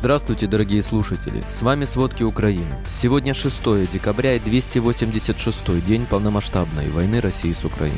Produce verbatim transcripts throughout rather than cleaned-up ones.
Здравствуйте, дорогие слушатели! С вами «Сводки Украины». Сегодня шестое декабря и двести восемьдесят шестой день полномасштабной войны России с Украиной.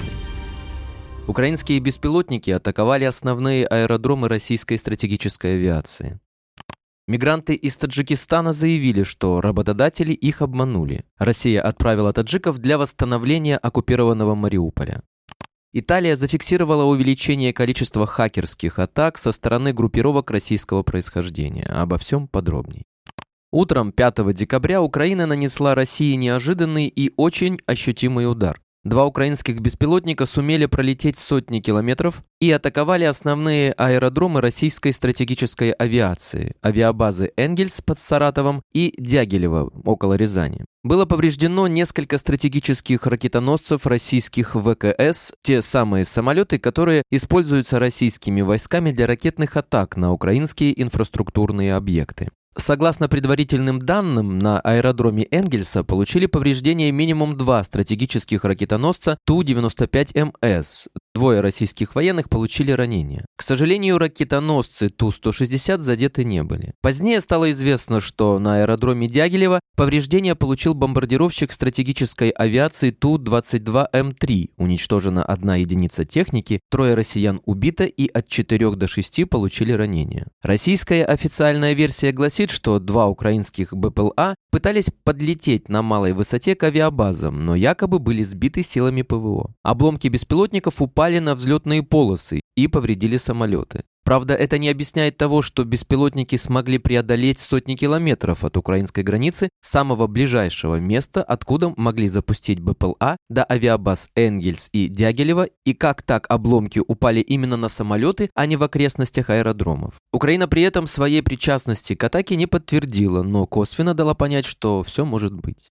Украинские беспилотники атаковали основные аэродромы российской стратегической авиации. Мигранты из Таджикистана заявили, что работодатели их обманули. Россия отправила таджиков для восстановления оккупированного Мариуполя. Италия зафиксировала увеличение количества хакерских атак со стороны группировок российского происхождения. Обо всем подробней. Утром пятого декабря Украина нанесла России неожиданный и очень ощутимый удар. Два украинских беспилотника сумели пролететь сотни километров и атаковали основные аэродромы российской стратегической авиации, авиабазы Энгельс под Саратовом и Дягилево около Рязани. Было повреждено несколько стратегических ракетоносцев российских ВКС, те самые самолеты, которые используются российскими войсками для ракетных атак на украинские инфраструктурные объекты. Согласно предварительным данным, на аэродроме Энгельса получили повреждения минимум два стратегических ракетоносца Ту девяносто пять эм эс. Двое российских военных получили ранения. К сожалению, ракетоносцы Ту сто шестьдесят задеты не были. Позднее стало известно, что на аэродроме Дягилево повреждения получил бомбардировщик стратегической авиации Ту двадцать два эм три. Уничтожена одна единица техники, трое россиян убито и от четырёх до шести получили ранения. Российская официальная версия гласит, что два украинских БПЛА пытались подлететь на малой высоте к авиабазам, но якобы были сбиты силами ПВО. Обломки беспилотников упали на взлетные полосы и повредили самолеты. Правда, это не объясняет того, что беспилотники смогли преодолеть сотни километров от украинской границы, самого ближайшего места, откуда могли запустить БПЛА, до авиабаз Энгельс и Дягилево, и как так обломки упали именно на самолеты, а не в окрестностях аэродромов. Украина при этом своей причастности к атаке не подтвердила, но косвенно дала понять, что все может быть.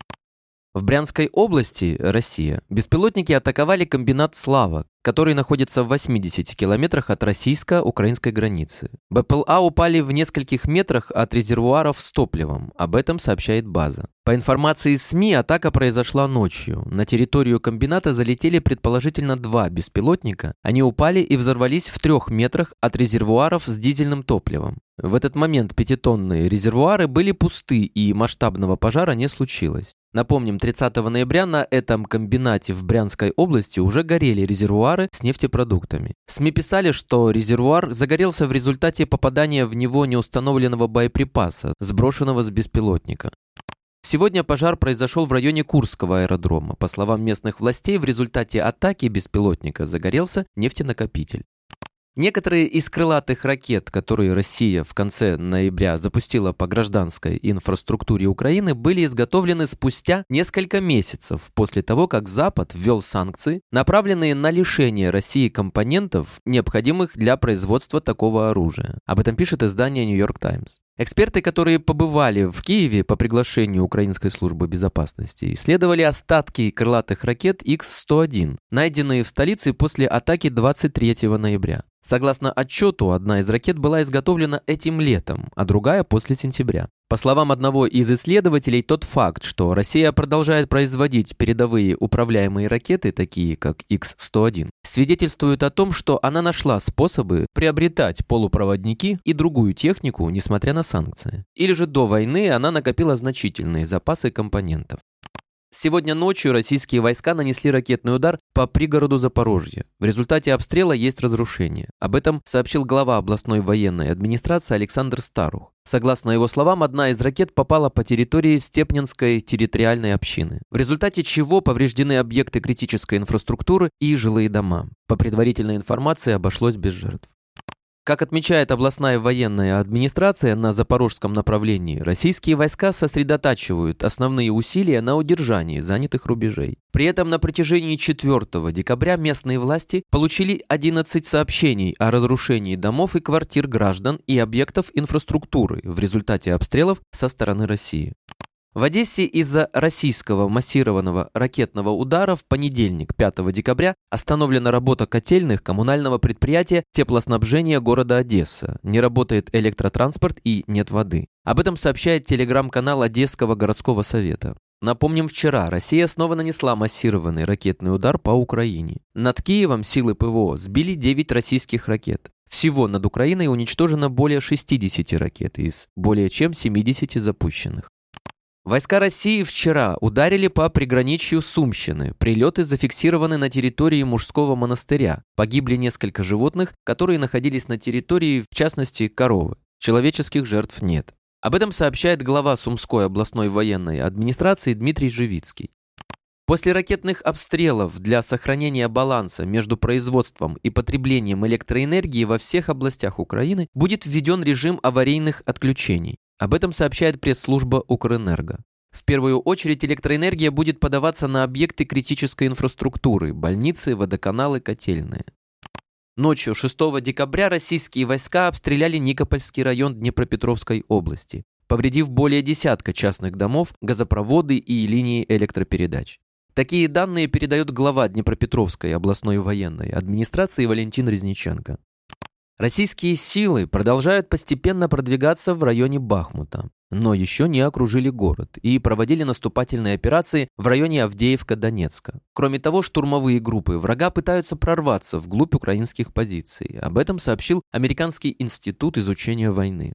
В Брянской области, Россия, беспилотники атаковали комбинат «Слава», который находится в восьмидесяти километрах от российско-украинской границы. БПЛА упали в нескольких метрах от резервуаров с топливом, об этом сообщает база. По информации СМИ, атака произошла ночью. На территорию комбината залетели предположительно два беспилотника. Они упали и взорвались в трех метрах от резервуаров с дизельным топливом. В этот момент пятитонные резервуары были пусты и масштабного пожара не случилось. Напомним, тридцатого ноября на этом комбинате в Брянской области уже горели резервуары с нефтепродуктами. СМИ писали, что резервуар загорелся в результате попадания в него неустановленного боеприпаса, сброшенного с беспилотника. Сегодня пожар произошел в районе Курского аэродрома. По словам местных властей, в результате атаки беспилотника загорелся нефтенакопитель. Некоторые из крылатых ракет, которые Россия в конце ноября запустила по гражданской инфраструктуре Украины, были изготовлены спустя несколько месяцев после того, как Запад ввел санкции, направленные на лишение России компонентов, необходимых для производства такого оружия. Об этом пишет издание New York Times. Эксперты, которые побывали в Киеве по приглашению Украинской службы безопасности, исследовали остатки крылатых ракет Икс сто один, найденные в столице после атаки двадцать третьего ноября. Согласно отчету, одна из ракет была изготовлена этим летом, а другая после сентября. По словам одного из исследователей, тот факт, что Россия продолжает производить передовые управляемые ракеты, такие как Икс сто один, свидетельствует о том, что она нашла способы приобретать полупроводники и другую технику, несмотря на санкции. Или же до войны она накопила значительные запасы компонентов. Сегодня ночью российские войска нанесли ракетный удар по пригороду Запорожья. В результате обстрела есть разрушения. Об этом сообщил глава областной военной администрации Александр Старух. Согласно его словам, одна из ракет попала по территории Степненской территориальной общины, в результате чего повреждены объекты критической инфраструктуры и жилые дома. По предварительной информации, обошлось без жертв. Как отмечает областная военная администрация, на запорожском направлении российские войска сосредотачивают основные усилия на удержании занятых рубежей. При этом на протяжении четвёртого декабря местные власти получили одиннадцать сообщений о разрушении домов и квартир граждан и объектов инфраструктуры в результате обстрелов со стороны России. В Одессе из-за российского массированного ракетного удара в понедельник, пятого декабря, остановлена работа котельных коммунального предприятия теплоснабжения города Одесса. Не работает электротранспорт и нет воды. Об этом сообщает телеграм-канал Одесского городского совета. Напомним, вчера Россия снова нанесла массированный ракетный удар по Украине. Над Киевом силы ПВО сбили девять российских ракет. Всего над Украиной уничтожено более шестидесяти ракет из более чем семидесяти запущенных. Войска России вчера ударили по приграничью Сумщины. Прилеты зафиксированы на территории мужского монастыря. Погибли несколько животных, которые находились на территории, в частности, коровы. Человеческих жертв нет. Об этом сообщает глава Сумской областной военной администрации Дмитрий Живицкий. После ракетных обстрелов для сохранения баланса между производством и потреблением электроэнергии во всех областях Украины будет введен режим аварийных отключений. Об этом сообщает пресс-служба Укрэнерго. В первую очередь электроэнергия будет подаваться на объекты критической инфраструктуры – больницы, водоканалы, котельные. Ночью шестого декабря российские войска обстреляли Никопольский район Днепропетровской области, повредив более десятка частных домов, газопроводы и линии электропередач. Такие данные передает глава Днепропетровской областной военной администрации Валентин Резниченко. Российские силы продолжают постепенно продвигаться в районе Бахмута, но еще не окружили город и проводили наступательные операции в районе Авдеевка-Донецка. Кроме того, штурмовые группы врага пытаются прорваться вглубь украинских позиций. Об этом сообщил Американский институт изучения войны.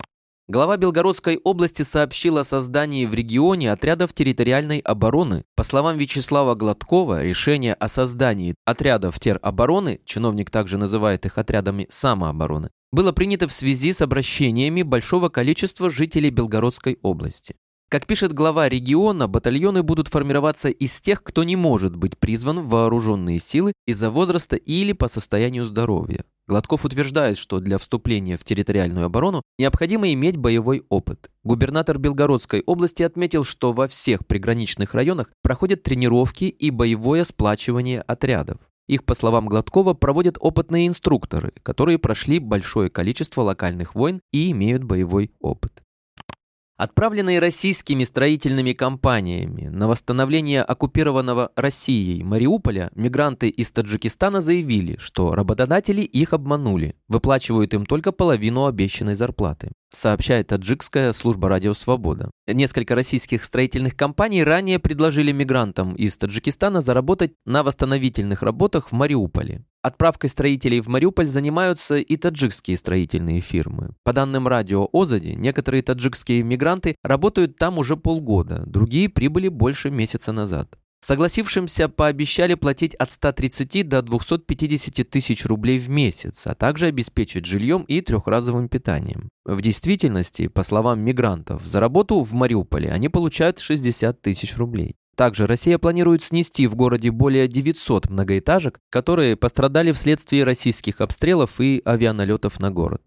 Глава Белгородской области сообщил о создании в регионе отрядов территориальной обороны. По словам Вячеслава Гладкова, решение о создании отрядов теробороны, чиновник также называет их отрядами самообороны, было принято в связи с обращениями большого количества жителей Белгородской области. Как пишет глава региона, батальоны будут формироваться из тех, кто не может быть призван в вооруженные силы из-за возраста или по состоянию здоровья. Гладков утверждает, что для вступления в территориальную оборону необходимо иметь боевой опыт. Губернатор Белгородской области отметил, что во всех приграничных районах проходят тренировки и боевое сплачивание отрядов. Их, по словам Гладкова, проводят опытные инструкторы, которые прошли большое количество локальных войн и имеют боевой опыт. Отправленные российскими строительными компаниями на восстановление оккупированного Россией Мариуполя, мигранты из Таджикистана заявили, что работодатели их обманули, выплачивают им только половину обещанной зарплаты, сообщает таджикская служба «Радио Свобода». Несколько российских строительных компаний ранее предложили мигрантам из Таджикистана заработать на восстановительных работах в Мариуполе. Отправкой строителей в Мариуполь занимаются и таджикские строительные фирмы. По данным радио Озади, некоторые таджикские мигранты работают там уже полгода, другие прибыли больше месяца назад. Согласившимся пообещали платить от ста тридцати до двухсот пятидесяти тысяч рублей в месяц, а также обеспечить жильем и трехразовым питанием. В действительности, по словам мигрантов, за работу в Мариуполе они получают шестьдесят тысяч рублей. Также Россия планирует снести в городе более девятисот многоэтажек, которые пострадали вследствие российских обстрелов и авианалетов на город.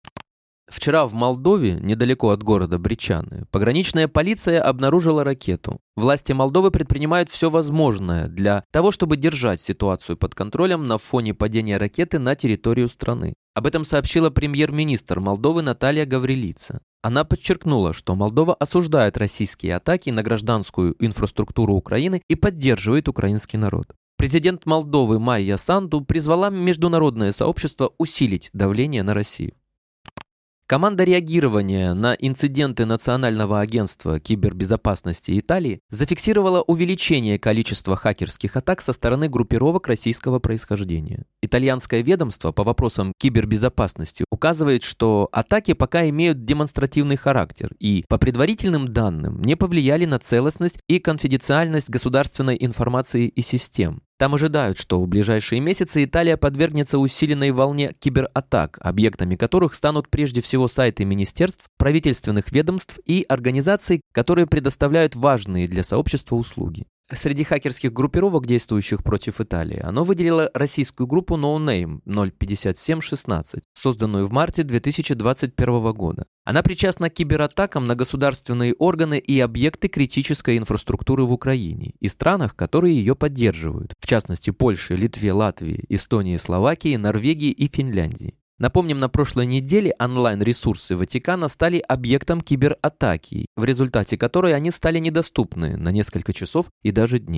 Вчера в Молдове, недалеко от города Бричаны, пограничная полиция обнаружила ракету. Власти Молдовы предпринимают все возможное для того, чтобы держать ситуацию под контролем на фоне падения ракеты на территорию страны. Об этом сообщила премьер-министр Молдовы Наталья Гаврилица. Она подчеркнула, что Молдова осуждает российские атаки на гражданскую инфраструктуру Украины и поддерживает украинский народ. Президент Молдовы Майя Санду призвала международное сообщество усилить давление на Россию. Команда реагирования на инциденты Национального агентства кибербезопасности Италии зафиксировала увеличение количества хакерских атак со стороны группировок российского происхождения. Итальянское ведомство по вопросам кибербезопасности указывает, что атаки пока имеют демонстративный характер и, по предварительным данным, не повлияли на целостность и конфиденциальность государственной информации и систем. Там ожидают, что в ближайшие месяцы Италия подвергнется усиленной волне кибератак, объектами которых станут прежде всего сайты министерств, правительственных ведомств и организаций, которые предоставляют важные для сообщества услуги. Среди хакерских группировок, действующих против Италии, оно выделило российскую группу NoName ноль пятьдесят семь шестнадцать, созданную в марте две тысячи двадцать первого года. Она причастна к кибератакам на государственные органы и объекты критической инфраструктуры в Украине и странах, которые ее поддерживают, в частности Польше, Литве, Латвии, Эстонии, Словакии, Норвегии и Финляндии. Напомним, на прошлой неделе онлайн-ресурсы Ватикана стали объектом кибератаки, в результате которой они стали недоступны на несколько часов и даже дней.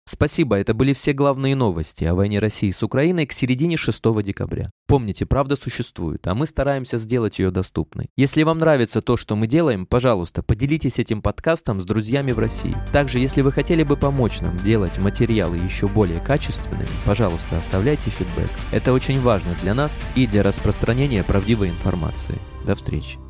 Спасибо, это были все главные новости о войне России с Украиной к середине шестого декабря. Помните, правда существует, а мы стараемся сделать ее доступной. Если вам нравится то, что мы делаем, пожалуйста, поделитесь этим подкастом с друзьями в России. Также, если вы хотели бы помочь нам делать материалы еще более качественными, пожалуйста, оставляйте фидбэк. Это очень важно для нас и для распространения правдивой информации. До встречи.